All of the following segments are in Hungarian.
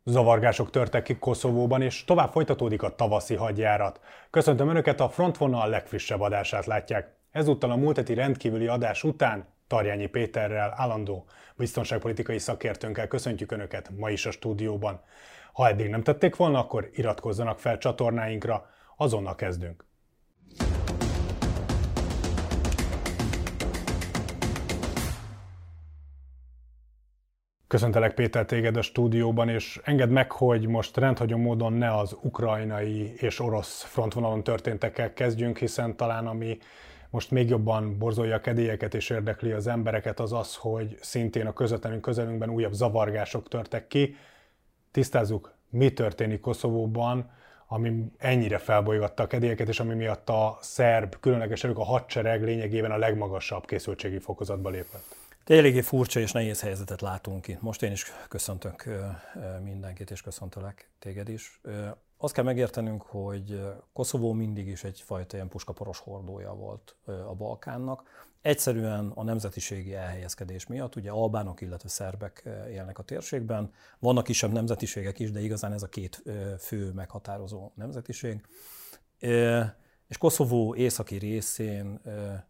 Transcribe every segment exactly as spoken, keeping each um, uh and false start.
Zavargások törtek ki Koszovóban, és tovább folytatódik a tavaszi hadjárat. Köszöntöm Önöket, a Frontvonal legfrissebb adását látják. Ezúttal a múlt heti rendkívüli adás után Tarjányi Péterrel, állandó biztonságpolitikai szakértőnkkel köszöntjük Önöket ma is a stúdióban. Ha eddig nem tették volna, akkor iratkozzanak fel csatornáinkra, azonnal kezdünk. Köszöntelek Péter téged a stúdióban, és engedd meg, hogy most rendhagyó módon ne az ukrajnai és orosz frontvonalon történtekkel kezdjünk, hiszen talán ami most még jobban borzolja a kedélyeket és érdekli az embereket, az az, hogy szintén a közvetlenünk közelünkben újabb zavargások törtek ki. Tisztázzuk, mi történik Koszovóban, ami ennyire felbolygatta a kedélyeket, és ami miatt a szerb különleges erők, a hadsereg lényegében a legmagasabb készültségi fokozatba lépett. De eléggé furcsa és nehéz helyzetet látunk itt. Most én is köszöntök mindenkit, és köszöntelek téged is. Azt kell megértenünk, hogy Koszovó mindig is egyfajta ilyen puskaporos hordója volt a Balkánnak. Egyszerűen a nemzetiségi elhelyezkedés miatt, ugye albánok, illetve szerbek élnek a térségben. Vannak kisebb nemzetiségek is, de igazán ez a két fő meghatározó nemzetiség. És Koszovó északi részén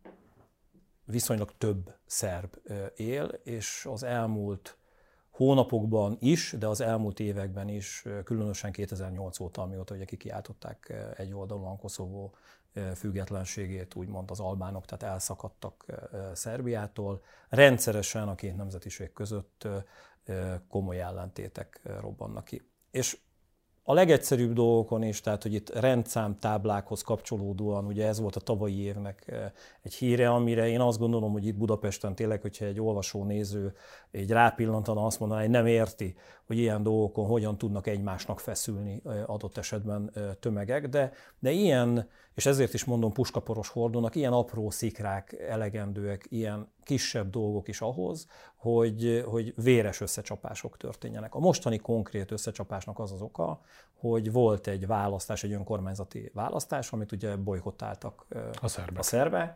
viszonylag több szerb él, és az elmúlt hónapokban is, de az elmúlt években is, különösen kétezer-nyolc óta, amióta ugye kikiáltották egyoldalúan Koszovó függetlenségét, úgymond az albánok, tehát elszakadtak Szerbiától, rendszeresen a két nemzetiség között komoly ellentétek robbannak ki. És a legegyszerűbb dolgokon is, tehát hogy itt rendszámtáblákhoz kapcsolódóan, ugye ez volt a tavalyi évnek egy híre, amire én azt gondolom, hogy itt Budapesten tényleg, hogyha egy olvasó, néző egy rápillantana, azt mondaná, hogy nem érti, hogy ilyen dolgokon hogyan tudnak egymásnak feszülni adott esetben tömegek, de, de ilyen, és ezért is mondom puskaporos hordónak, ilyen apró szikrák elegendőek, ilyen kisebb dolgok is ahhoz, hogy, hogy véres összecsapások történjenek. A mostani konkrét összecsapásnak az az oka, hogy volt egy választás, egy önkormányzati választás, amit ugye bojkottáltak a szerbek. A szerbek,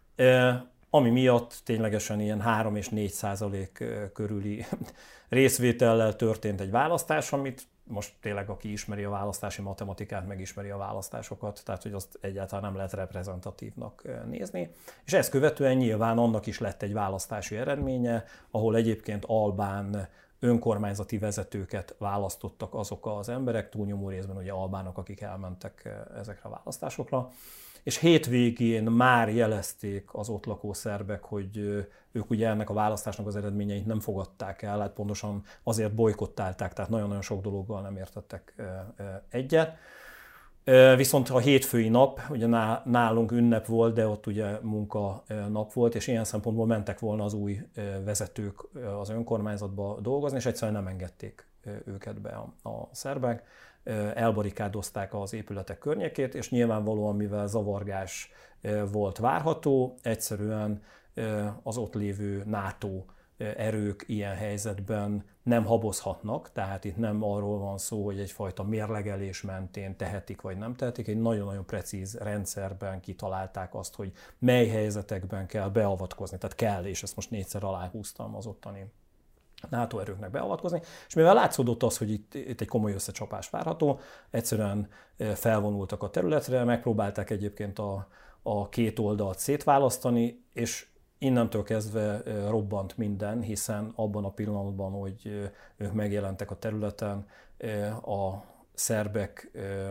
ami miatt ténylegesen ilyen három és négy százalék körüli részvétellel történt egy választás, amit most tényleg aki ismeri a választási matematikát, megismeri a választásokat, tehát hogy azt egyáltalán nem lehet reprezentatívnak nézni. És ezt követően nyilván annak is lett egy választási eredménye, ahol egyébként albán önkormányzati vezetőket választottak azok az emberek, túlnyomó részben ugye albánok, akik elmentek ezekre a választásokra. És hétvégén már jelezték az ott lakó szerbek, hogy ők ugye ennek a választásnak az eredményeit nem fogadták el, hát pontosan azért bojkottálták, tehát nagyon-nagyon sok dologgal nem értettek egyet. Viszont a hétfői nap, ugye nálunk ünnep volt, de ott ugye munkanap volt, és ilyen szempontból mentek volna az új vezetők az önkormányzatba dolgozni, és egyszerűen nem engedték őket be a, a szerbek. Elbarikádozták az épületek környékét, és nyilvánvalóan, mivel zavargás volt várható, egyszerűen az ott lévő NATO erők ilyen helyzetben nem habozhatnak, tehát itt nem arról van szó, hogy egyfajta mérlegelés mentén tehetik vagy nem tehetik, egy nagyon-nagyon precíz rendszerben kitalálták azt, hogy mely helyzetekben kell beavatkozni, tehát kell, és ezt most négyszer aláhúztam az ottani NATO erőknek beavatkozni, és mivel látszódott az, hogy itt, itt egy komoly összecsapás várható, egyszerűen felvonultak a területre, megpróbálták egyébként a, a két oldalt szétválasztani, és innentől kezdve robbant minden, hiszen abban a pillanatban, hogy ők megjelentek a területen, a szerbek,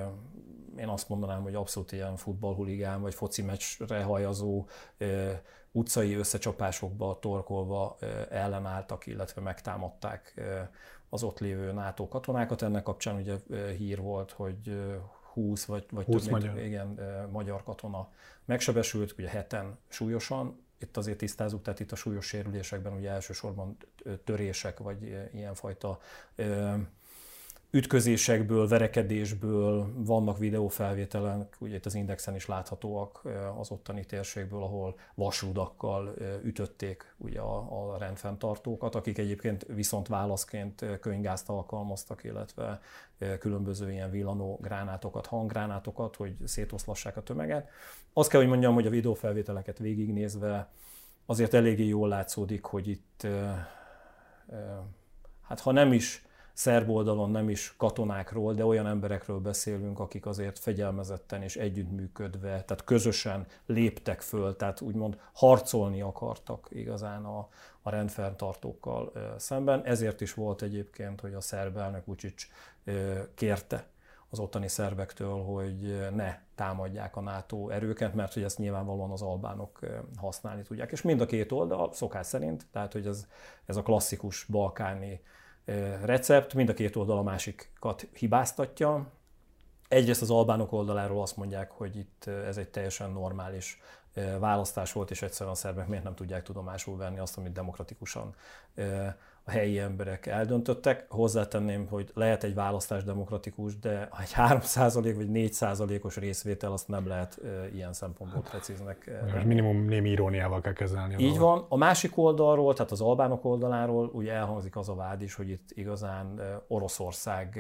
én azt mondanám, hogy abszolút ilyen futballhuligán vagy foci meccsre hajazó utcai összecsapásokba torkolva ellenálltak, illetve megtámadták az ott lévő NATO katonákat. Ennek kapcsán ugye hír volt, hogy húsz vagy, vagy húsz több magyar. Mint, igen, magyar katona megsebesült, ugye heten súlyosan. Itt azért tisztázzuk, tehát itt a súlyos sérülésekben ugye elsősorban törések vagy ilyenfajta ütközésekből, verekedésből, vannak videófelvételek, ugye itt az Indexen is láthatóak az ottani térségből, ahol vasrudakkal ütötték ugye a, a rendfenntartókat, akik egyébként viszont válaszként könyvgázt alkalmaztak, illetve különböző ilyen villanó gránátokat, hanggránátokat, hogy szétoszlassák a tömeget. Azt kell, hogy mondjam, hogy a videófelvételeket végignézve azért eléggé jól látszódik, hogy itt, hát ha nem is szerb oldalon nem is katonákról, de olyan emberekről beszélünk, akik azért fegyelmezetten és együttműködve, tehát közösen léptek föl, tehát úgymond harcolni akartak igazán a, a rendfenntartókkal szemben. Ezért is volt egyébként, hogy a szerb elnök Vučić kérte az ottani szerbektől, hogy ne támadják a NATO erőket, mert hogy ezt nyilvánvalóan az albánok használni tudják. És mind a két oldal szokás szerint, tehát hogy ez, ez a klasszikus balkáni recept, mind a két oldal a másikat hibáztatja. Egyrészt az albánok oldaláról azt mondják, hogy itt ez egy teljesen normális választás volt, és egyszerűen a szerbek miért nem tudják tudomásul venni azt, amit demokratikusan a helyi emberek eldöntöttek. Hozzátenném, hogy lehet egy választás demokratikus, de egy három százalék vagy négy százalékos részvétel azt nem lehet ilyen szempontból precíznek. Most minimum némi iróniával kell kezelni. Így van. A másik oldalról, tehát az albánok oldaláról ugye elhangzik az a vád is, hogy itt igazán Oroszország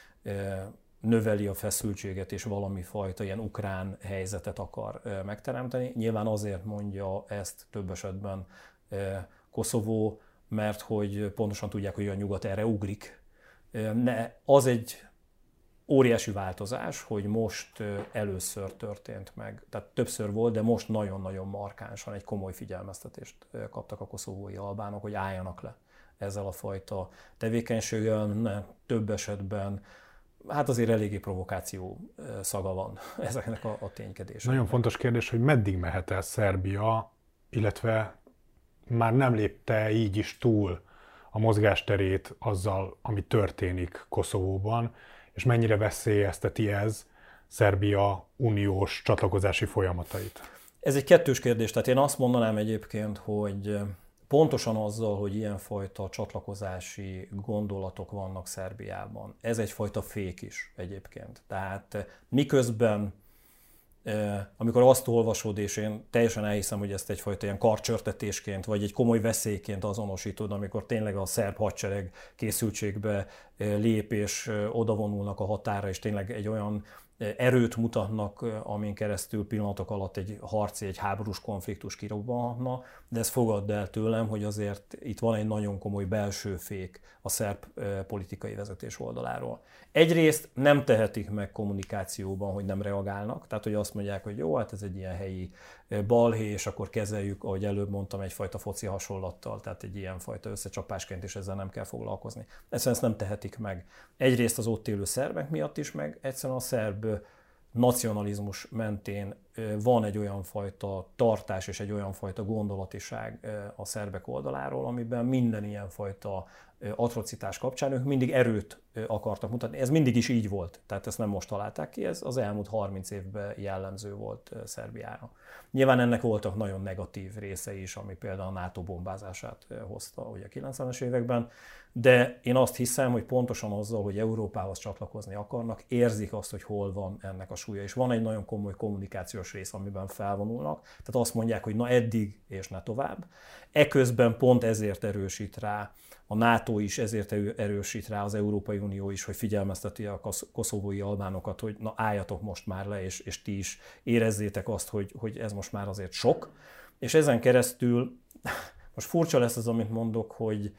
növeli a feszültséget, és valami fajta ilyen ukrán helyzetet akar megteremteni. Nyilván azért mondja ezt több esetben Koszovó, mert hogy pontosan tudják, hogy a nyugat erre ugrik. Ne, az egy óriási változás, hogy most először történt meg, tehát többször volt, de most nagyon-nagyon markánsan egy komoly figyelmeztetést kaptak a koszovói albánok, hogy álljanak le ezzel a fajta tevékenységgel. Több esetben hát azért eléggé provokáció szaga van ezeknek a, a ténykedéseknek. Nagyon fontos kérdés, hogy meddig mehet el Szerbia, illetve már nem lépte így is túl a mozgásterét azzal, ami történik Koszovóban, és mennyire veszélyezteti ez Szerbia uniós csatlakozási folyamatait? Ez egy kettős kérdés, tehát én azt mondanám egyébként, hogy pontosan azzal, hogy ilyenfajta csatlakozási gondolatok vannak Szerbiában, ez egyfajta fék is egyébként. Tehát miközben amikor azt olvasod, és én teljesen elhiszem, hogy ezt egyfajta ilyen karcsörtetésként, vagy egy komoly veszélyként azonosítod, amikor tényleg a szerb hadsereg készültségbe lép, és odavonulnak a határa, és tényleg egy olyan erőt mutatnak, amin keresztül pillanatok alatt egy harci, egy háborús konfliktus kirobbanhatna, de ezt fogadd el tőlem, hogy azért itt van egy nagyon komoly belső fék a szerb politikai vezetés oldaláról. Egyrészt nem tehetik meg kommunikációban, hogy nem reagálnak, tehát hogy azt mondják, hogy jó, hát ez egy ilyen helyi balhé, és akkor kezeljük, ahogy előbb mondtam, egyfajta foci hasonlattal, tehát egy ilyenfajta összecsapásként, és ezzel nem kell foglalkozni. Egyszerűen ezt nem tehetik meg. Egyrészt az ott élő szerbek miatt is, meg egyszerűen a szerb nacionalizmus mentén van egy olyan fajta tartás és egy olyan fajta gondolatiság a szerbek oldaláról, amiben minden ilyen fajta atrocitás kapcsán ők mindig erőt akartak mutatni. Ez mindig is így volt, tehát ezt nem most találták ki, ez az elmúlt harminc évben jellemző volt Szerbiára. Nyilván ennek voltak nagyon negatív részei is, ami például a NATO bombázását hozta ugye a kilencvenes években, de én azt hiszem, hogy pontosan azzal, hogy Európához csatlakozni akarnak, érzik azt, hogy hol van ennek a súlya, és van egy nagyon komoly kommunikációs rész, amiben felvonulnak, tehát azt mondják, hogy na eddig és ne tovább. Eközben pont ezért erősít rá a NATO is, ezért erősít rá az Európai Unió is, hogy figyelmezteti a koszovói albánokat, hogy na álljatok most már le, és, és ti is érezzétek azt, hogy, hogy ez most már azért sok. És ezen keresztül, most furcsa lesz az, amit mondok, hogy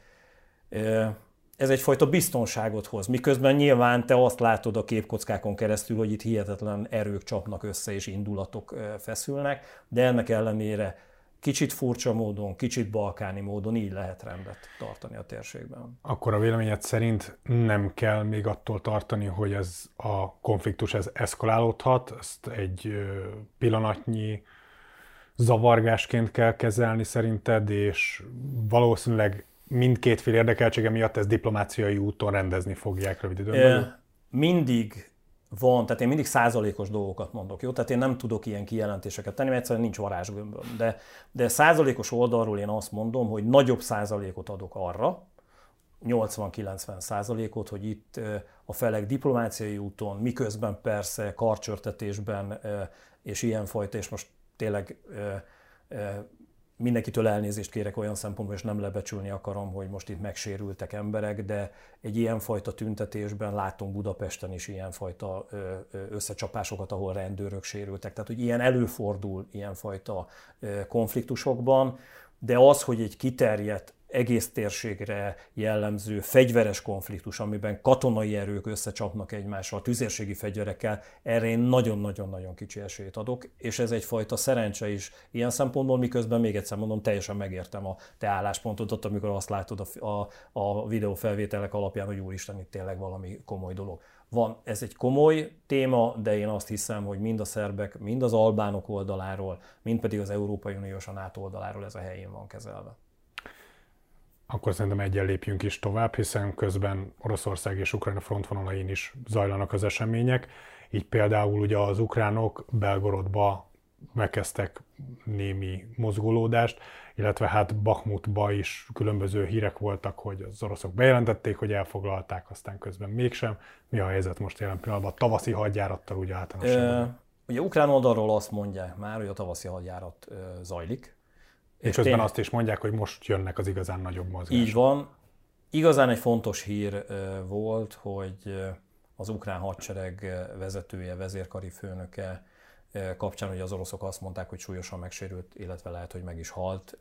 ez egyfajta biztonságot hoz, miközben nyilván te azt látod a képkockákon keresztül, hogy itt hihetetlen erők csapnak össze és indulatok feszülnek, de ennek ellenére kicsit furcsa módon, kicsit balkáni módon így lehet rendet tartani a térségben. Akkor a véleményed szerint nem kell még attól tartani, hogy ez a konfliktus ez eszkalálódhat, ezt egy pillanatnyi zavargásként kell kezelni szerinted, és valószínűleg mindkét fél érdekeltsége miatt ezt diplomáciai úton rendezni fogják rövid időn belül? Mindig van, tehát én mindig százalékos dolgokat mondok, jó? Tehát én nem tudok ilyen kijelentéseket tenni, mert egyszerűen nincs varázsgömböm. De, de százalékos oldalról én azt mondom, hogy nagyobb százalékot adok arra, nyolcvan-kilencven százalékot, hogy itt a felek diplomáciai úton, miközben persze karcsörtetésben és ilyenfajta, és most tényleg mindenkitől elnézést kérek olyan szempontból, és nem lebecsülni akarom, hogy most itt megsérültek emberek, de egy ilyenfajta tüntetésben látunk Budapesten is ilyenfajta összecsapásokat, ahol rendőrök sérültek. Tehát, hogy ilyen előfordul ilyenfajta konfliktusokban, de az, hogy egy kiterjedt egész térségre jellemző fegyveres konfliktus, amiben katonai erők összecsapnak egymással, tüzérségi fegyverekkel, erre én nagyon-nagyon-nagyon kicsi esélyt adok, és ez egyfajta szerencse is ilyen szempontból, miközben még egyszer mondom, teljesen megértem a te álláspontodat, amikor azt látod a, a, a videófelvételek alapján, hogy úristen, itt tényleg valami komoly dolog. Van, ez egy komoly téma, de én azt hiszem, hogy mind a szerbek, mind az albánok oldaláról, mind pedig az Európai Uniós a NATO oldaláról ez a helyén van kezelve. Akkor szerintem egyen lépjünk is tovább, hiszen közben Oroszország és Ukrajna frontvonalain is zajlanak az események. Így például ugye az ukránok Belgorodba megkezdtek némi mozgolódást, illetve hát Bakhmutba is különböző hírek voltak, hogy az oroszok bejelentették, hogy elfoglalták, aztán közben mégsem. Mi a helyzet most jelen pillanatban a tavaszi hadjárattal ugye általánosságban? E, ugye ukrán oldalról azt mondják már, hogy a tavaszi hadjárat e, zajlik. És közben tény... azt is mondják, hogy most jönnek az igazán nagyobb mozgások. Így van. Igazán egy fontos hír e, volt, hogy az ukrán hadsereg vezetője, vezérkari főnöke kapcsán, hogy az oroszok azt mondták, hogy súlyosan megsérült, illetve lehet, hogy meg is halt,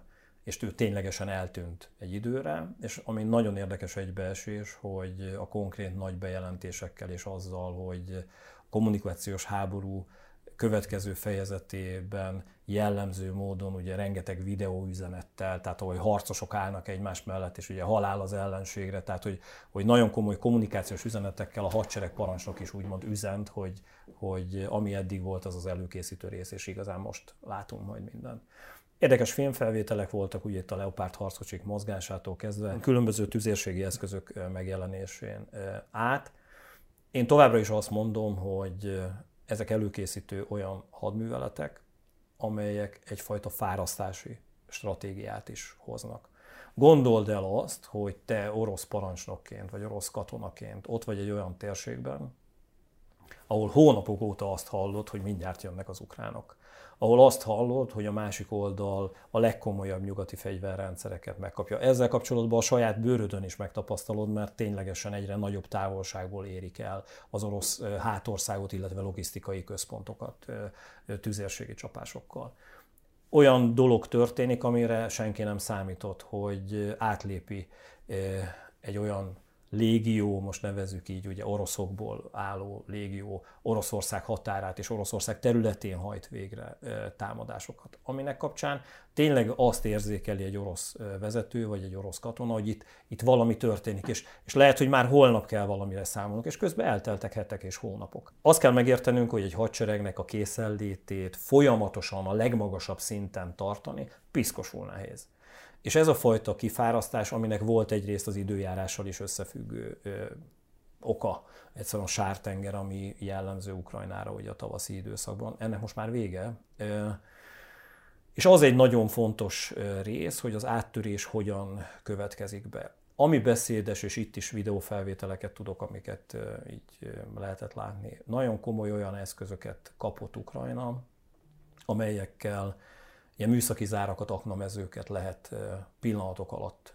és ő ténylegesen eltűnt egy időre, és ami nagyon érdekes egybeesés, hogy a konkrét nagy bejelentésekkel és azzal, hogy a kommunikációs háború következő fejezetében jellemző módon ugye rengeteg videóüzenettel, tehát ahogy harcosok állnak egymás mellett, és ugye halál az ellenségre, tehát hogy, hogy nagyon komoly kommunikációs üzenetekkel a hadsereg parancsnok is úgymond üzent, hogy, hogy ami eddig volt, az az előkészítő rész, és igazán most látunk majd mindent. Érdekes filmfelvételek voltak, ugye itt a Leopard harckocsik mozgásától kezdve, különböző tüzérségi eszközök megjelenésén át. Én továbbra is azt mondom, hogy ezek előkészítő olyan hadműveletek, amelyek egyfajta fárasztási stratégiát is hoznak. Gondold el azt, hogy te orosz parancsnokként, vagy orosz katonaként ott vagy egy olyan térségben, ahol hónapok óta azt hallod, hogy mindjárt jönnek az ukránok. Ahol azt hallod, hogy a másik oldal a legkomolyabb nyugati fegyverrendszereket megkapja. Ezzel kapcsolatban a saját bőrödön is megtapasztalod, mert ténylegesen egyre nagyobb távolságból érik el az orosz hátországot, illetve logisztikai központokat tüzérségi csapásokkal. Olyan dolog történik, amire senki nem számított, hogy átlépi egy olyan légió, most nevezzük így, ugye oroszokból álló légió Oroszország határát és Oroszország területén hajt végre támadásokat, aminek kapcsán tényleg azt érzékeli egy orosz vezető, vagy egy orosz katona, hogy itt, itt valami történik, és, és lehet, hogy már holnap kell valamire számolnunk, és közben elteltek hetek és hónapok. Azt kell megértenünk, hogy egy hadseregnek a készenlétét folyamatosan a legmagasabb szinten tartani piszkosul nehéz. És ez a fajta kifárasztás, aminek volt egyrészt az időjárással is összefüggő ö, oka, egyszerűen a sártenger, ami jellemző Ukrajnára ugye a tavaszi időszakban, ennek most már vége. Ö, és az egy nagyon fontos rész, hogy az áttörés hogyan következik be. Ami beszédes, és itt is videófelvételeket tudok, amiket ö, így lehetett látni, nagyon komoly olyan eszközöket kapott Ukrajna, amelyekkel ilyen műszaki zárakat, aknamezőket lehet pillanatok alatt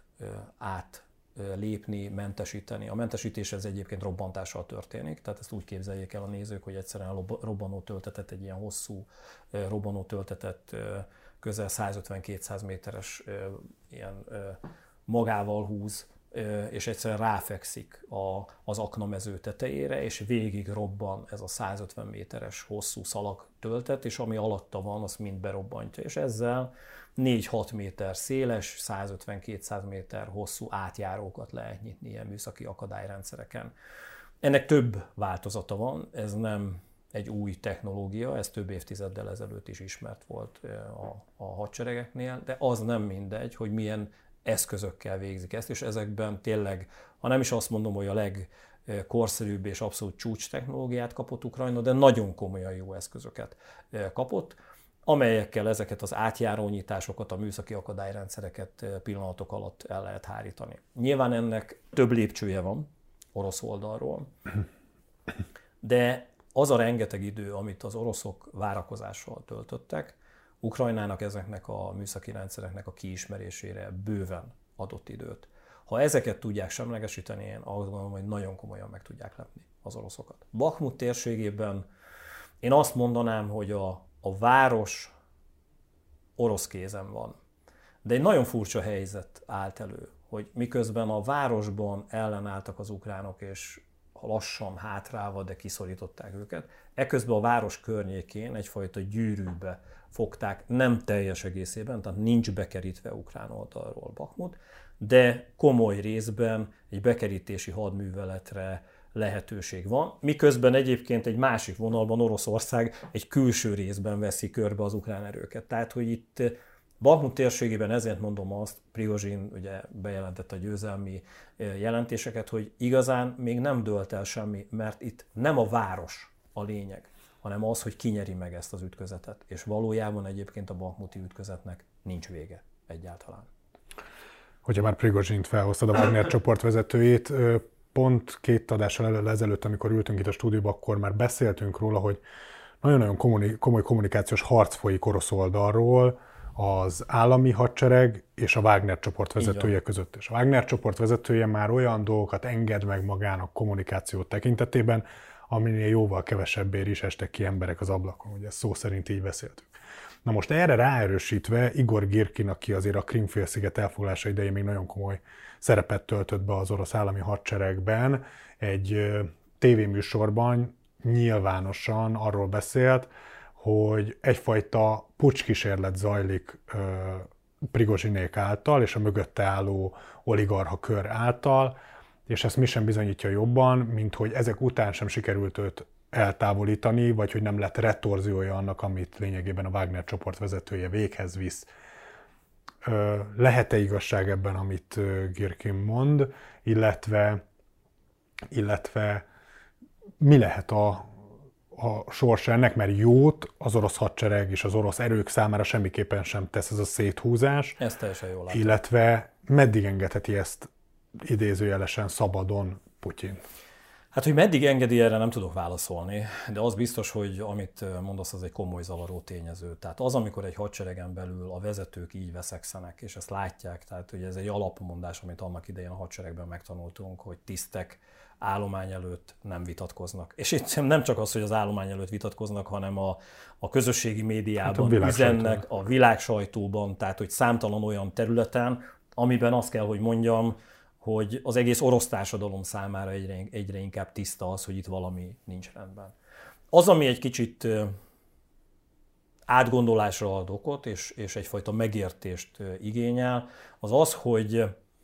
átlépni, mentesíteni. A mentesítés ez egyébként robbantással történik, tehát ezt úgy képzeljék el a nézők, hogy egyszerűen a robbanótöltetet, egy ilyen hosszú robbanótöltetet, közel százötven-kétszáz méteres ilyen magával húz, és egyszerűen ráfekszik a, az aknamező tetejére, és végig robban ez a százötven méteres hosszú szalag töltet, és ami alatta van, az mind berobbantja. És ezzel négy-hat méter széles, százötven-kétszáz méter hosszú átjárókat lehet nyitni ilyen műszaki akadályrendszereken. Ennek több változata van, ez nem egy új technológia, ez több évtizeddel ezelőtt is ismert volt a, a hadseregeknél, de az nem mindegy, hogy milyen eszközökkel végzik ezt, és ezekben tényleg, ha nem is azt mondom, hogy a legkorszerűbb és abszolút csúcs technológiát kapott Ukrajna, de nagyon komolyan jó eszközöket kapott, amelyekkel ezeket az átjárónyitásokat, a műszaki akadályrendszereket pillanatok alatt el lehet hárítani. Nyilván ennek több lépcsője van orosz oldalról, de az a rengeteg idő, amit az oroszok várakozással töltöttek, Ukrajnának ezeknek a műszaki rendszereknek a kiismerésére bőven adott időt. Ha ezeket tudják semlegesíteni, én azt gondolom, hogy nagyon komolyan meg tudják lepni az oroszokat. Bakhmut térségében én azt mondanám, hogy a, a város orosz kézen van. De egy nagyon furcsa helyzet állt elő, hogy miközben a városban ellenálltak az ukránok, és lassan hátrálva, de kiszorították őket, eközben a város környékén egyfajta gyűrűbe fogták, nem teljes egészében, tehát nincs bekerítve ukrán oldalról Bakhmut, de komoly részben egy bekerítési hadműveletre lehetőség van, miközben egyébként egy másik vonalban Oroszország egy külső részben veszi körbe az ukrán erőket. Tehát, hogy itt Bakhmut térségében, ezért mondom azt, Prigozsin ugye bejelentette a győzelmi jelentéseket, hogy igazán még nem dőlt el semmi, mert itt nem a város a lényeg, hanem az, hogy ki nyeri meg ezt az ütközetet. És valójában egyébként a bakhmuti ütközetnek nincs vége egyáltalán. Hogyha már Prigozsint felhoztad, a Wagner csoport vezetőjét, pont két adással ezelőtt, amikor ültünk itt a stúdióban, akkor már beszéltünk róla, hogy nagyon-nagyon komoly kommunikációs harc folyik orosz oldalról az állami hadsereg és a Wagner csoport vezetője között. És a Wagner csoport vezetője már olyan dolgokat enged meg magának kommunikáció tekintetében, aminél jóval kevesebbért is estek ki emberek az ablakon, ugye szó szerint így beszéltük. Na most erre ráerősítve Igor Girkin, aki azért a Krim-félsziget elfoglalása idején még nagyon komoly szerepet töltött be az orosz állami hadseregben, egy tévéműsorban nyilvánosan arról beszélt, hogy egyfajta pucskísérlet zajlik Prigozsinék által és a mögötte álló oligarcha kör által, és ezt mi sem bizonyítja jobban, mint hogy ezek után sem sikerült őt eltávolítani, vagy hogy nem lett retorziója annak, amit lényegében a Wagner csoport vezetője véghez visz. Lehet-e igazság ebben, amit Girkin mond, illetve, illetve mi lehet a, a sorsa ennek, mert jót az orosz hadsereg és az orosz erők számára semmiképpen sem tesz ez a széthúzás. Ez teljesen jól látom. Illetve meddig engedheti ezt idézőjelesen szabadon Putyin? Hát, hogy meddig engedi, erre nem tudok válaszolni, de az biztos, hogy amit mondasz, az egy komoly zavaró tényező. Tehát az, amikor egy hadseregen belül a vezetők így veszekszenek, és ezt látják, tehát ugye ez egy alapmondás, amit annak idején a hadseregben megtanultunk, hogy tisztek állomány előtt nem vitatkoznak. És itt nem csak az, hogy az állomány előtt vitatkoznak, hanem a, a közösségi médiában hát a üzennek, a világsajtóban, tehát hogy számtalan olyan területen, amiben azt kell, hogy mondjam, hogy az egész orosz társadalom számára egyre, egyre inkább tiszta az, hogy itt valami nincs rendben. Az, ami egy kicsit átgondolásra ad okot, és, és egyfajta megértést igényel, az az, hogy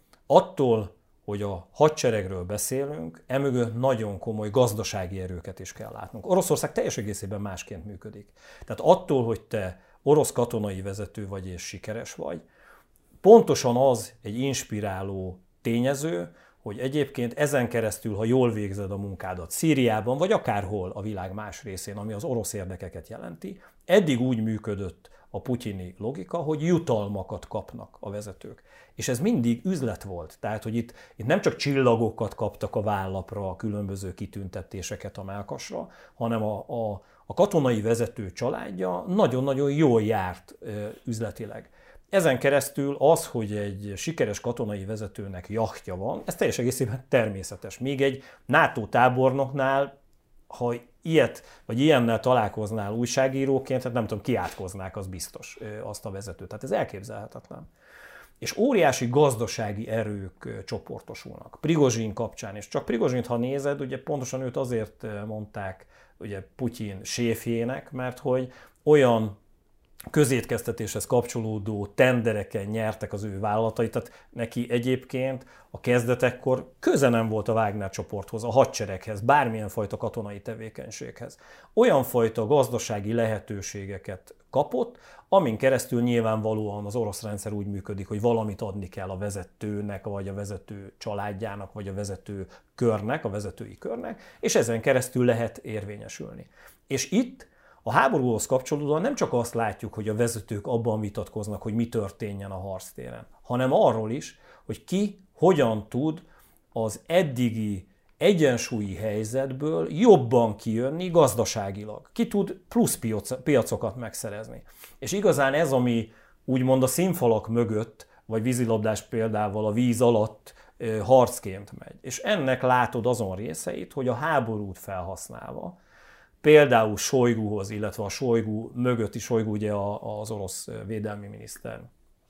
attól, hogy a hadseregről beszélünk, emögött nagyon komoly gazdasági erőket is kell látnunk. Oroszország teljes egészében másként működik. Tehát attól, hogy te orosz katonai vezető vagy és sikeres vagy, pontosan az egy inspiráló tényező, hogy egyébként ezen keresztül, ha jól végzed a munkádat Szíriában, vagy akárhol a világ más részén, ami az orosz érdekeket jelenti, eddig úgy működött a putyini logika, hogy jutalmakat kapnak a vezetők. És ez mindig üzlet volt. Tehát, hogy itt, itt nem csak csillagokat kaptak a vállapra, a különböző kitüntetéseket a mellkasra, hanem a, a, a katonai vezető családja nagyon-nagyon jól járt ö, üzletileg. Ezen keresztül az, hogy egy sikeres katonai vezetőnek jachtja van, ez teljes egészében természetes. Még egy NATO tábornoknál, ha ilyet, vagy ilyennel találkoznál újságíróként, hát nem tudom, kiátkoznák, az biztos azt a vezetőt. Tehát ez elképzelhetetlen. És óriási gazdasági erők csoportosulnak. Prigozsin kapcsán, és csak Prigozsint, ha nézed, ugye pontosan őt azért mondták ugye Putyin séfjének, mert hogy olyan közétkeztetéshez kapcsolódó tendereken nyertek az ő vállalatai, tehát neki egyébként a kezdetekkor köze nem volt a Wagner csoporthoz, a hadsereghez, bármilyen fajta katonai tevékenységhez. Olyan fajta gazdasági lehetőségeket kapott, amin keresztül nyilvánvalóan az orosz rendszer úgy működik, hogy valamit adni kell a vezetőnek, vagy a vezető családjának, vagy a vezető körnek, a vezetői körnek, és ezen keresztül lehet érvényesülni. És itt a háborúhoz kapcsolódóan nem csak azt látjuk, hogy a vezetők abban vitatkoznak, hogy mi történjen a harctéren, hanem arról is, hogy ki hogyan tud az eddigi egyensúlyi helyzetből jobban kijönni gazdaságilag. Ki tud plusz piacokat megszerezni. És igazán ez, ami úgymond a színfalak mögött, vagy vízilabdás példával a víz alatt harcként megy. És ennek látod azon részeit, hogy a háborút felhasználva, például Sojguhoz, illetve a Sojgu mögötti, Sojgu ugye az orosz védelmi miniszter,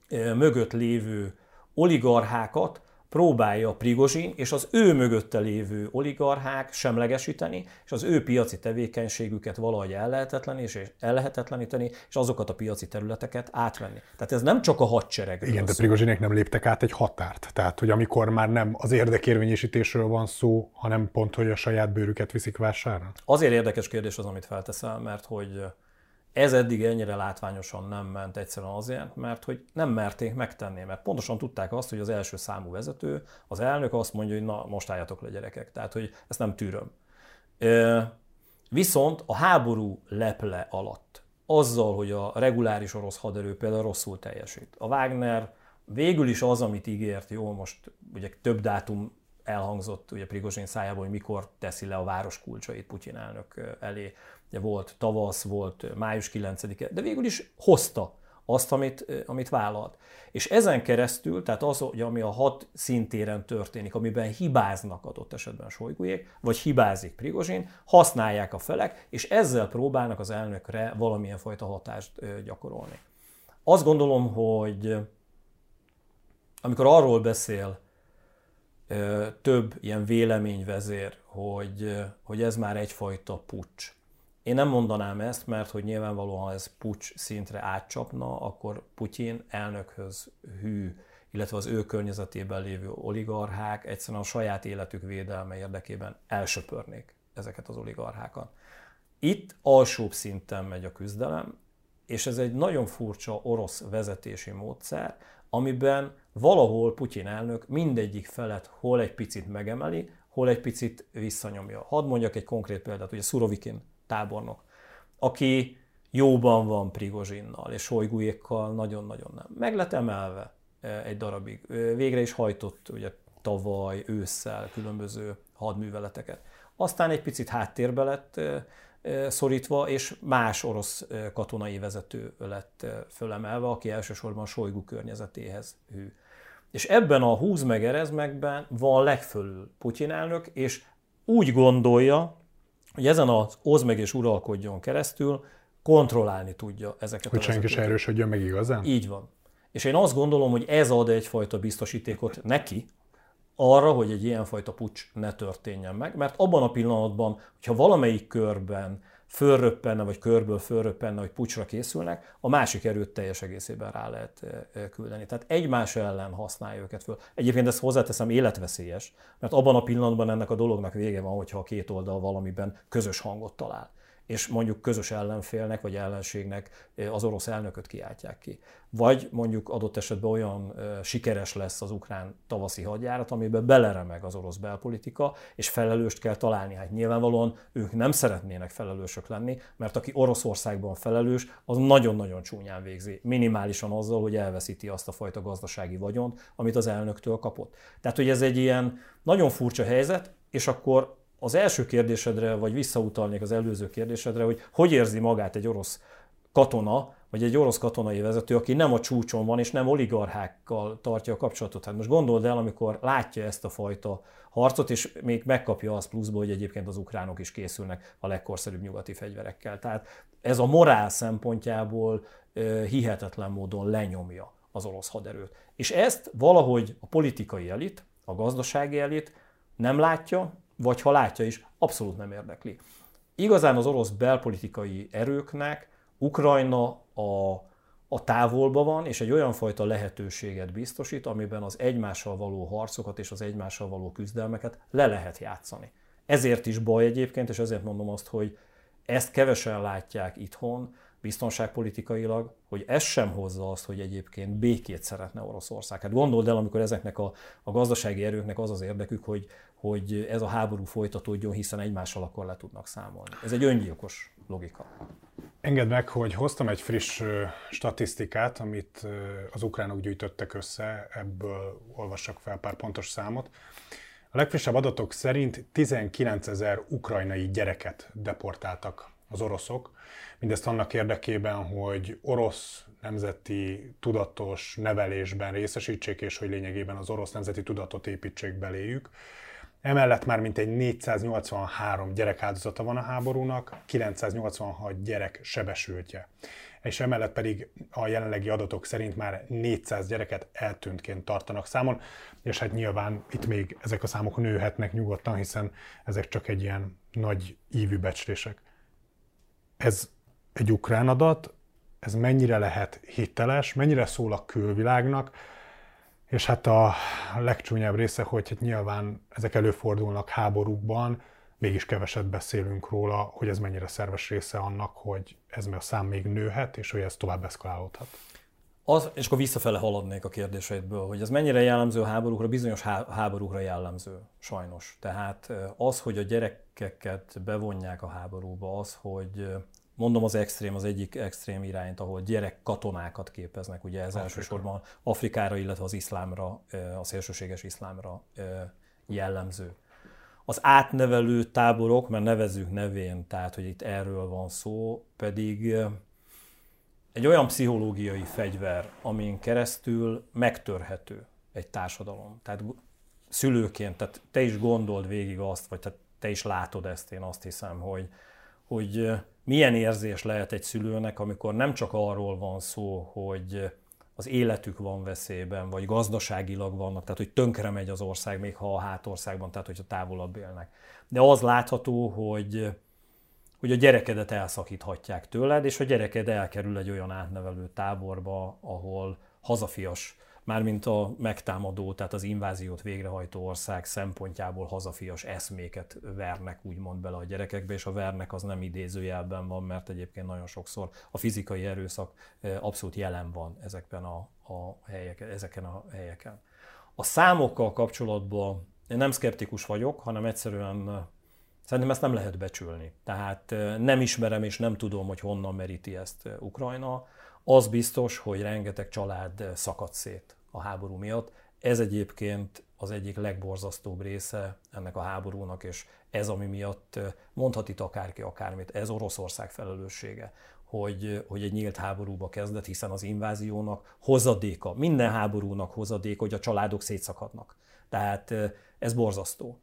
mögött lévő oligarchákat próbálja Prigozsin és az ő mögötte lévő oligarchák semlegesíteni, és az ő piaci tevékenységüket valahogy ellehetetleníteni, és azokat a piaci területeket átvenni. Tehát ez nem csak a hadseregről Igen, de szó. Prigozsinék nem léptek át egy határt. Tehát, hogy amikor már nem az érdekérvényesítésről van szó, hanem pont, hogy a saját bőrüket viszik vásárra? Azért érdekes kérdés az, amit felteszel, mert hogy ez eddig ennyire látványosan nem ment egyszerűen azért, mert hogy nem merték megtenni, mert pontosan tudták azt, hogy az első számú vezető, az elnök azt mondja, hogy na, most álljatok le gyerekek, tehát hogy ezt nem tűröm. Viszont a háború leple alatt, azzal, hogy a reguláris orosz haderő például rosszul teljesít, a Wagner végül is az, amit ígért, jó, most ugye több dátum elhangzott ugye Prigozsin szájából, hogy mikor teszi le a város kulcsait Putyin elnök elé. Ugye volt tavasz, volt május kilencedike, de végül is hozta azt, amit, amit vállalt. És ezen keresztül, tehát az, hogy ami a hat szintéren történik, amiben hibáznak adott esetben Sojgujék, vagy hibázik Prigozsin, használják a felek, és ezzel próbálnak az elnökre valamilyen fajta hatást gyakorolni. Azt gondolom, hogy amikor arról beszél több ilyen véleményvezér, hogy, hogy ez már egyfajta puccs. Én nem mondanám ezt, mert hogy nyilvánvalóan, ha ez puccs szintre átcsapna, akkor Putyin elnökhöz hű, illetve az ő környezetében lévő oligarchák egyszerűen a saját életük védelme érdekében elsöpörnék ezeket az oligarchákat. Itt alsóbb szinten megy a küzdelem, és ez egy nagyon furcsa orosz vezetési módszer, amiben valahol Putyin elnök mindegyik felet hol egy picit megemeli, hol egy picit visszanyomja. Hadd mondjak egy konkrét példát, ugye Szurovikin tábornok, aki jóban van Prigozsinnal és Sojgujékkal nagyon-nagyon nem. Meg lett emelve egy darabig. Végre is hajtott ugye tavaly ősszel különböző hadműveleteket. Aztán egy picit háttérbe lett szorítva, és más orosz katonai vezető lett fölemelve, aki elsősorban Sojgu környezetéhez hű. És ebben a húz meg erez megben van legfölül Putyin elnök, és úgy gondolja, hogy ezen az oszd meg és uralkodjon keresztül kontrollálni tudja ezeket hogy a senki se erősödjön meg igazán? Így van. És én azt gondolom, hogy ez ad egyfajta biztosítékot neki, arra, hogy egy ilyenfajta puccs ne történjen meg, mert abban a pillanatban, hogyha valamelyik körben fölröppenne, vagy körből fölröppenne, hogy puccsra készülnek, a másik erőt teljes egészében rá lehet küldeni. Tehát egymás ellen használja őket föl. Egyébként ezt hozzáteszem, életveszélyes, mert abban a pillanatban ennek a dolognak vége van, hogyha a két oldal valamiben közös hangot talál, és mondjuk közös ellenfélnek vagy ellenségnek az orosz elnököt kiáltják ki. Vagy mondjuk adott esetben olyan sikeres lesz az ukrán tavaszi hadjárat, amiben beleremeg az orosz belpolitika, és felelőst kell találni. Hát nyilvánvalóan ők nem szeretnének felelősök lenni, mert aki Oroszországban felelős, az nagyon-nagyon csúnyán végzi. Minimálisan azzal, hogy elveszíti azt a fajta gazdasági vagyont, amit az elnöktől kapott. Tehát, hogy ez egy ilyen nagyon furcsa helyzet, és akkor az első kérdésedre, vagy visszautalnék az előző kérdésedre, hogy hogy érzi magát egy orosz katona, vagy egy orosz katonai vezető, aki nem a csúcson van, és nem oligarchákkal tartja a kapcsolatot. Hát most gondold el, amikor látja ezt a fajta harcot, és még megkapja azt pluszba, hogy egyébként az ukránok is készülnek a legkorszerűbb nyugati fegyverekkel. Tehát ez a morál szempontjából hihetetlen módon lenyomja az orosz haderőt. És ezt valahogy a politikai elit, a gazdasági elit nem látja, vagy ha látja is, abszolút nem érdekli. Igazán az orosz belpolitikai erőknek Ukrajna a, a távolban van, és egy olyan fajta lehetőséget biztosít, amiben az egymással való harcokat és az egymással való küzdelmeket le lehet játszani. Ezért is baj egyébként, és ezért mondom azt, hogy ezt kevesen látják itthon, biztonságpolitikailag, hogy ez sem hozza azt, hogy egyébként békét szeretne Oroszország. Hát gondold el, amikor ezeknek a, a gazdasági erőknek az az érdekük, hogy, hogy ez a háború folytatódjon, hiszen egymással akkor le tudnak számolni. Ez egy öngyilkos logika. Engedd meg, hogy hoztam egy friss statisztikát, amit az ukránok gyűjtöttek össze, ebből olvassak fel pár pontos számot. A legfrissebb adatok szerint tizenkilencezer ukrajnai gyereket deportáltak az oroszok. Mindezt annak érdekében, hogy orosz nemzeti tudatos nevelésben részesítsék, és hogy lényegében az orosz nemzeti tudatot építsék beléjük. Emellett már mintegy négyszáznyolcvanhárom gyerekáldozata van a háborúnak, kilencszáznyolcvanhat gyerek sebesültje. És emellett pedig a jelenlegi adatok szerint már négyszáz gyereket eltűntként tartanak számon, és hát nyilván itt még ezek a számok nőhetnek nyugodtan, hiszen ezek csak egy ilyen nagy ívű becslések. Ez egy ukrán adat, ez mennyire lehet hiteles, mennyire szól a külvilágnak, és hát a legcsúnyább része, hogy hát nyilván ezek előfordulnak háborúkban, mégis keveset beszélünk róla, hogy ez mennyire szerves része annak, hogy ez a szám még nőhet, és hogy ez tovább eszkalálódhat. Az, és akkor visszafele haladnék a kérdéseidből, hogy ez mennyire jellemző a háborúkra, bizonyos háborúkra jellemző, sajnos. Tehát az, hogy a gyerekeket bevonják a háborúba, az, hogy mondom az extrém, az egyik extrém irányt, ahol gyerek katonákat képeznek, ugye ez Afrika. Elsősorban Afrikára, illetve az iszlámra, a szélsőséges iszlámra jellemző. Az átnevelő táborok, mert nevezzük nevén, tehát hogy itt erről van szó, pedig egy olyan pszichológiai fegyver, amin keresztül megtörhető egy társadalom. Tehát szülőként, tehát te is gondold végig azt, vagy tehát te is látod ezt, én azt hiszem, hogy, hogy milyen érzés lehet egy szülőnek, amikor nem csak arról van szó, hogy az életük van veszélyben, vagy gazdaságilag vannak, tehát hogy tönkre megy az ország, még ha a hátországban, tehát hogyha távolabb élnek. De az látható, hogy, hogy a gyerekedet elszakíthatják tőled, és a gyereked elkerül egy olyan átnevelő táborba, ahol hazafias, mármint a megtámadó, tehát az inváziót végrehajtó ország szempontjából hazafias eszméket vernek úgymond bele a gyerekekbe, és a vernek az nem idézőjelben van, mert egyébként nagyon sokszor a fizikai erőszak abszolút jelen van ezekben a, a helyeken, ezeken a helyeken. A számokkal kapcsolatban én nem szkeptikus vagyok, hanem egyszerűen szerintem ezt nem lehet becsülni. Tehát nem ismerem és nem tudom, hogy honnan meríti ezt Ukrajna. Az biztos, hogy rengeteg család szakadt szét a háború miatt. Ez egyébként az egyik legborzasztóbb része ennek a háborúnak, és ez, ami miatt mondhat itt akárki akármit, ez Oroszország felelőssége, hogy, hogy egy nyílt háborúba kezdett, hiszen az inváziónak hozadéka, minden háborúnak hozadéka, hogy a családok szétszakadnak. Tehát ez borzasztó.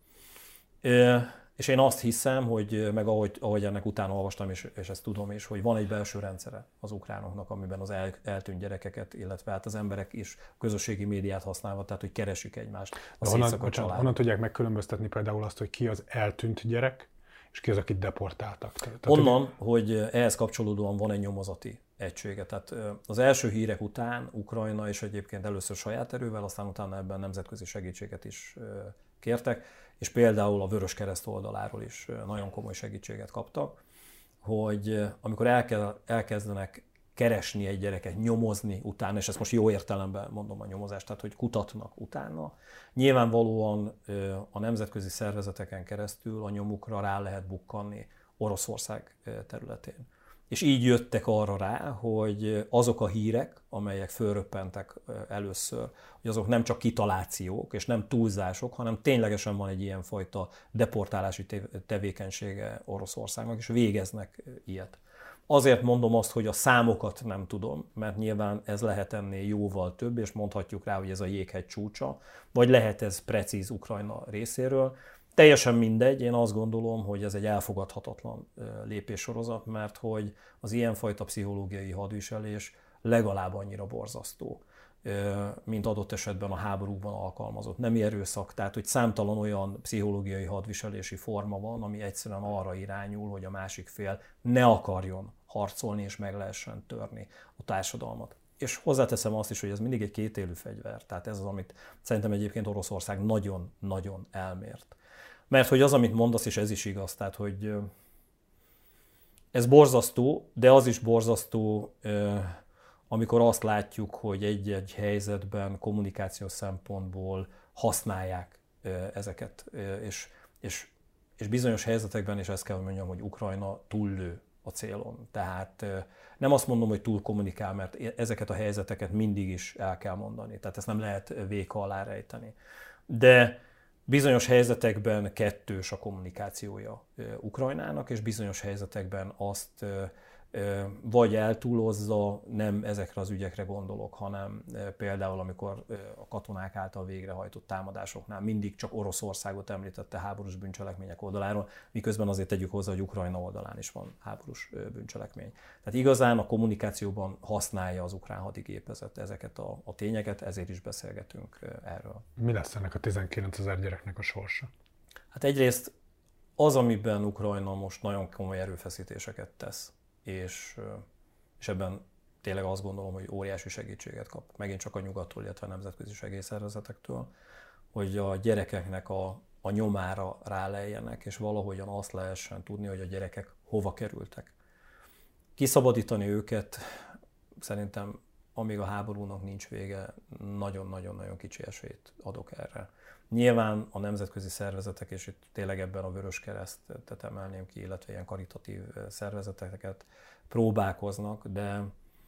És én azt hiszem, hogy meg ahogy, ahogy ennek utána olvastam, és, és ezt tudom is, hogy van egy belső rendszere az ukránoknak, amiben az el, eltűnt gyerekeket, illetve hát az emberek is közösségi médiát használva, tehát hogy keresik egymást. A honnan, bocsánat, honnan tudják megkülönböztetni például azt, hogy ki az eltűnt gyerek, és ki az, akit deportáltak? Tehát, Onnan, hogy ehhez kapcsolódóan van egy nyomozati egysége. Tehát az első hírek után Ukrajna, és egyébként először saját erővel, aztán utána ebben nemzetközi segítséget is kértek, és például a Vöröskereszt oldaláról is nagyon komoly segítséget kaptak, hogy amikor elkezdenek keresni egy gyereket, nyomozni utána, és ezt most jó értelemben mondom a nyomozást, tehát hogy kutatnak utána, nyilvánvalóan a nemzetközi szervezeteken keresztül a nyomukra rá lehet bukkanni Oroszország területén. És így jöttek arra rá, hogy azok a hírek, amelyek fölröppentek először, hogy azok nem csak kitalációk és nem túlzások, hanem ténylegesen van egy ilyenfajta deportálási tevékenysége Oroszországnak, és végeznek ilyet. Azért mondom azt, hogy a számokat nem tudom, mert nyilván ez lehet ennél jóval több, és mondhatjuk rá, hogy ez a jéghegy csúcsa, vagy lehet ez precíz Ukrajna részéről. Teljesen mindegy, én azt gondolom, hogy ez egy elfogadhatatlan lépéssorozat, mert hogy az ilyenfajta pszichológiai hadviselés legalább annyira borzasztó, mint adott esetben a háborúban alkalmazott nemi erőszak. Tehát, hogy számtalan olyan pszichológiai hadviselési forma van, ami egyszerűen arra irányul, hogy a másik fél ne akarjon harcolni és meg lehessen törni a társadalmat. És hozzáteszem azt is, hogy ez mindig egy kétélű fegyver. Tehát ez az, amit szerintem egyébként Oroszország nagyon-nagyon elmért. Mert hogy az, amit mondasz, és ez is igaz, tehát hogy ez borzasztó, de az is borzasztó, amikor azt látjuk, hogy egy-egy helyzetben kommunikációs szempontból használják ezeket, és, és, és bizonyos helyzetekben, és ezt kell, hogy mondjam, hogy Ukrajna túllő a célon. Tehát nem azt mondom, hogy túl kommunikál, mert ezeket a helyzeteket mindig is el kell mondani, tehát ezt nem lehet véka alá rejteni. De bizonyos helyzetekben kettős a kommunikációja Ukrajnának, és bizonyos helyzetekben azt vagy eltúlozza, nem ezekre az ügyekre gondolok, hanem például amikor a katonák által végrehajtott támadásoknál mindig csak Oroszországot említette háborús bűncselekmények oldaláról, miközben azért tegyük hozzá, hogy Ukrajna oldalán is van háborús bűncselekmény. Tehát igazán a kommunikációban használja az ukrán hadigépezet ezeket a, a tényeket, ezért is beszélgetünk erről. Mi lesz ennek a tizenkilencezer gyereknek a sorsa? Hát egyrészt az, amiben Ukrajna most nagyon komoly erőfeszítéseket tesz, és, és ebben tényleg azt gondolom, hogy óriási segítséget kap, megint csak a nyugattól, illetve a nemzetközi segélyszervezetektől, hogy a gyerekeknek a, a nyomára ráleljenek, és valahogyan azt lehessen tudni, hogy a gyerekek hova kerültek. Kiszabadítani őket szerintem, amíg a háborúnak nincs vége, nagyon-nagyon-nagyon kicsi esélyt adok erre. Nyilván a nemzetközi szervezetek, és itt tényleg ebben a Vöröskeresztet emelném ki, illetve ilyen karitatív szervezeteket próbálkoznak, de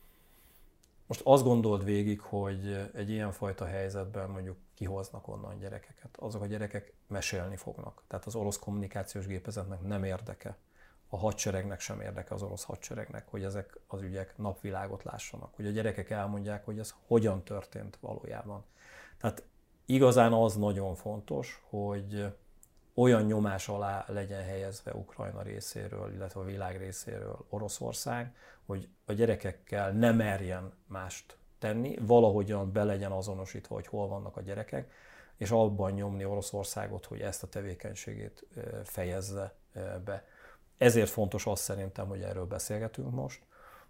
most azt gondold végig, hogy egy ilyenfajta helyzetben mondjuk kihoznak onnan gyerekeket. Azok a gyerekek mesélni fognak. Tehát az orosz kommunikációs gépezetnek nem érdeke, a hadseregnek sem érdeke, az orosz hadseregnek, hogy ezek az ügyek napvilágot lássanak. Hogy a gyerekek elmondják, hogy ez hogyan történt valójában. Tehát igazán az nagyon fontos, hogy olyan nyomás alá legyen helyezve Ukrajna részéről, illetve a világ részéről Oroszország, hogy a gyerekekkel ne merjen mást tenni, valahogyan be legyen azonosítva, hogy hol vannak a gyerekek, és abban nyomni Oroszországot, hogy ezt a tevékenységét fejezze be. Ezért fontos az szerintem, hogy erről beszélgetünk most,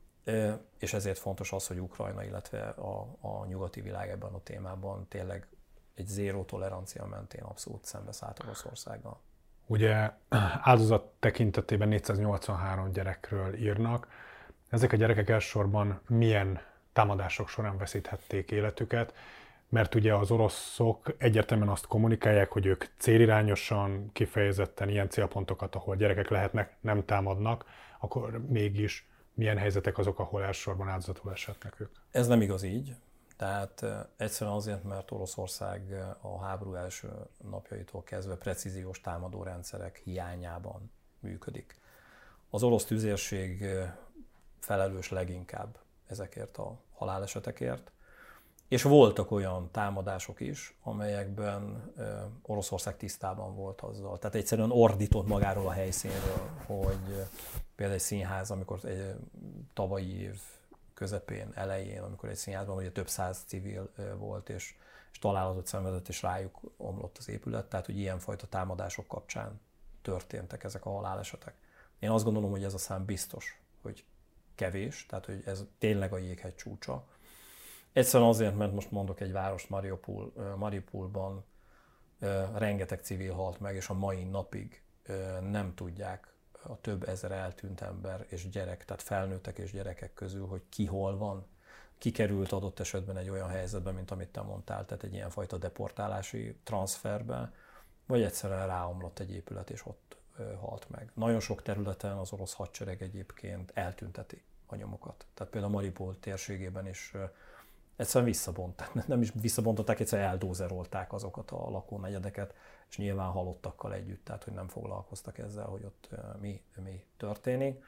és ezért fontos az, hogy Ukrajna, illetve a, a nyugati világ ebben a témában tényleg egy zéró tolerancia mentén abszolút szembeszállt Oroszországgal. Ugye áldozat tekintetében négyszáznyolcvanhárom gyerekről írnak. Ezek a gyerekek elsősorban milyen támadások során veszíthették életüket, mert ugye az oroszok egyértelműen azt kommunikálják, hogy ők célirányosan, kifejezetten ilyen célpontokat, ahol gyerekek lehetnek, nem támadnak, akkor mégis milyen helyzetek azok, ahol elsősorban áldozatul eshetnek ők? Ez nem igaz így. Tehát egyszerűen azért, mert Oroszország a háború első napjaitól kezdve precíziós támadórendszerek hiányában működik. Az orosz tüzérség felelős leginkább ezekért a halálesetekért, és voltak olyan támadások is, amelyekben Oroszország tisztában volt azzal. Tehát egyszerűen ordított magáról a helyszínről, hogy például egy színház, amikor egy tavalyi év közepén, elején, amikor egy színházban ugye több száz civil volt, és, és találatot szenvedett, és rájuk omlott az épület, tehát hogy ilyenfajta támadások kapcsán történtek ezek a halálesetek. Én azt gondolom, hogy ez a szám biztos, hogy kevés, tehát hogy ez tényleg a jéghegy csúcsa. Egyszerűen azért, mert most mondok egy várost, Mariupol, Mariupolban rengeteg civil halt meg, és a mai napig nem tudják a több ezer eltűnt ember és gyerek, tehát felnőttek és gyerekek közül, hogy ki hol van, ki került adott esetben egy olyan helyzetbe, mint amit te mondtál, tehát egy ilyenfajta deportálási transferbe, vagy egyszerűen ráomlott egy épület és ott halt meg. Nagyon sok területen az orosz hadsereg egyébként eltünteti a nyomokat. Tehát például Mariupol térségében is egyszerűen visszabontták, nem is visszabontották, egyszerűen eldózerolták azokat a lakónegyedeket, és nyilván halottakkal együtt, tehát hogy nem foglalkoztak ezzel, hogy ott mi, mi történik.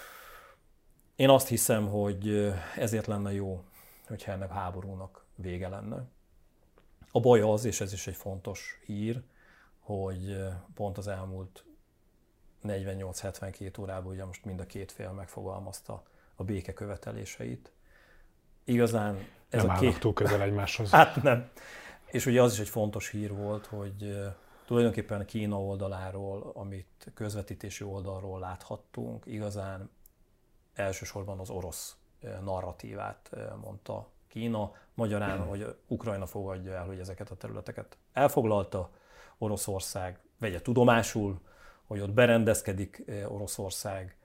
Én azt hiszem, hogy ezért lenne jó, hogyha ennek a háborúnak vége lenne. A baj az, és ez is egy fontos hír, hogy pont az elmúlt negyvennyolc-hetvenkét órában ugye most mind a két fél megfogalmazta a béke követeléseit. Igazán ez nem a állnak két... túl közel egymáshoz. Hát nem. És ugye az is egy fontos hír volt, hogy tulajdonképpen Kína oldaláról, amit közvetítési oldalról láthattunk, igazán elsősorban az orosz narratívát mondta Kína, magyarán, hogy Ukrajna fogadja el, hogy ezeket a területeket elfoglalta, Oroszország vegye tudomásul, hogy ott berendezkedik Oroszország,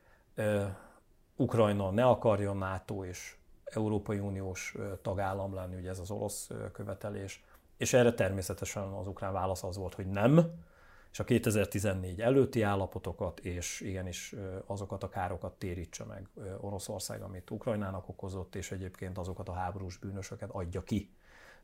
Ukrajna ne akarjon NATO és Európai Uniós tagállam lenni, ugye ez az orosz követelés, és erre természetesen az ukrán válasz az volt, hogy nem, és a kétezer-tizennégy előtti állapotokat, és igenis azokat a károkat térítse meg Oroszország, amit Ukrajnának okozott, és egyébként azokat a háborús bűnösöket adja ki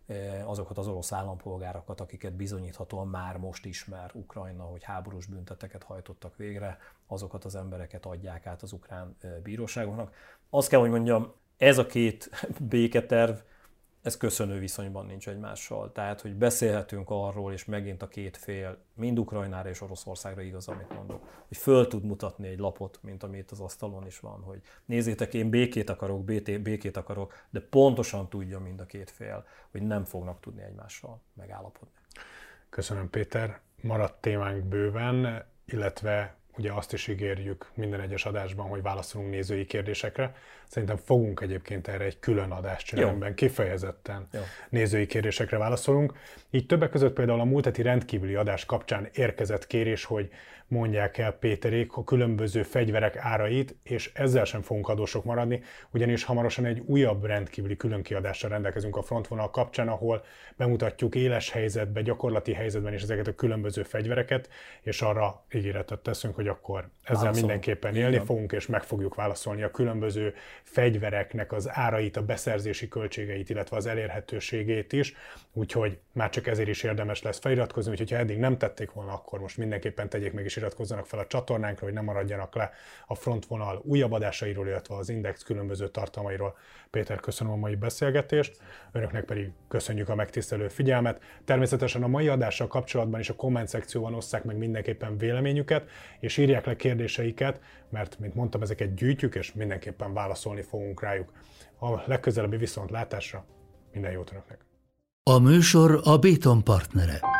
azokat az orosz állampolgárokat, akiket bizonyíthatóan már most ismer Ukrajna, hogy háborús bünteteket hajtottak végre, azokat az embereket adják át az ukrán bíróságoknak. Azt kell, hogy mondjam, ez a két béketerv, ez köszönő viszonyban nincs egymással. Tehát, hogy beszélhetünk arról, és megint a két fél, mind Ukrajnára és Oroszországra igaz, amit mondok, hogy föl tud mutatni egy lapot, mint ami itt az asztalon is van, hogy nézzétek, én békét akarok, békét akarok, de pontosan tudja mind a két fél, hogy nem fognak tudni egymással megállapodni. Köszönöm, Péter. Maradt témánk bőven, illetve ugye azt is ígérjük minden egyes adásban, hogy válaszolunk nézői kérdésekre. Szerintem fogunk egyébként erre egy külön adást csinálni, amiben kifejezetten Jó. nézői kérdésekre válaszolunk. Így többek között például a múlt heti rendkívüli adás kapcsán érkezett kérés, hogy mondják el Péterék a különböző fegyverek árait, és ezzel sem fogunk adósok maradni, ugyanis hamarosan egy újabb rendkívüli különkiadással rendelkezünk a frontvonal kapcsán, ahol bemutatjuk éles helyzetben, gyakorlati helyzetben is ezeket a különböző fegyvereket, és arra ígéretet teszünk, hogy akkor ezzel Válaszol. mindenképpen élni Igen. fogunk, és meg fogjuk válaszolni a különböző fegyvereknek az árait, a beszerzési költségeit, illetve az elérhetőségét is, úgyhogy már csak ezért is érdemes lesz feliratkozni, úgyhogy ha eddig nem tették volna, akkor most mindenképpen tegyék meg és iratkozzanak fel a csatornánkra, hogy ne maradjanak le a frontvonal újabb adásairól, illetve az Index különböző tartalmairól. Péter, köszönöm a mai beszélgetést, önöknek pedig köszönjük a megtisztelő figyelmet. Természetesen a mai adással kapcsolatban is a komment szekcióban osszák meg mindenképpen véleményüket, és írják le kérdéseiket, mert, mint mondtam, ezeket gyűjtjük, és mindenképpen válaszolni fogunk rájuk. A legközelebbi viszontlátásra minden jót önöknek! A műsor a Béton partnere.